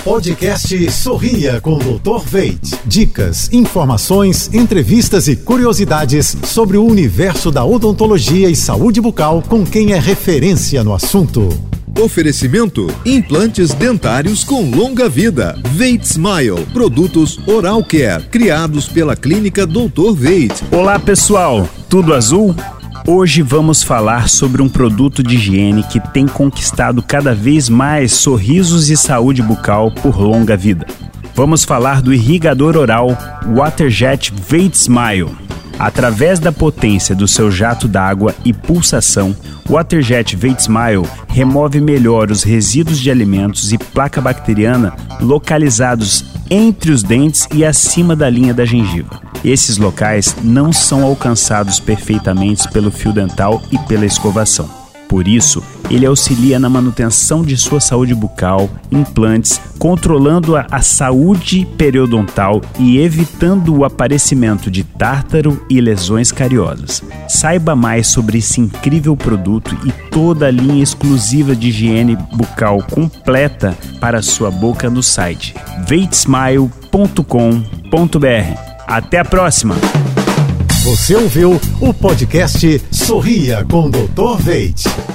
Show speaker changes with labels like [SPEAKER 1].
[SPEAKER 1] Podcast Sorria com o Dr. Veit. Dicas, informações, entrevistas e curiosidades sobre o universo da odontologia e saúde bucal com quem é referência no assunto.
[SPEAKER 2] Oferecimento: implantes dentários com longa vida. Veit Smile, produtos Oral Care, criados pela clínica Dr. Veit.
[SPEAKER 3] Olá pessoal, tudo azul? Hoje vamos falar sobre um produto de higiene que tem conquistado cada vez mais sorrisos e saúde bucal por longa vida. Vamos falar do irrigador oral Waterjet Veit Smile. Através da potência do seu jato d'água e pulsação, o Waterjet Veit Smile remove melhor os resíduos de alimentos e placa bacteriana localizados entre os dentes e acima da linha da gengiva. Esses locais não são alcançados perfeitamente pelo fio dental e pela escovação. Por isso, ele auxilia na manutenção de sua saúde bucal, implantes, controlando a saúde periodontal e evitando o aparecimento de tártaro e lesões cariosas. Saiba mais sobre esse incrível produto e toda a linha exclusiva de higiene bucal completa para sua boca no site veitsmile.com.br. Até a próxima!
[SPEAKER 1] Você ouviu o podcast Sorria com o Dr. Veit.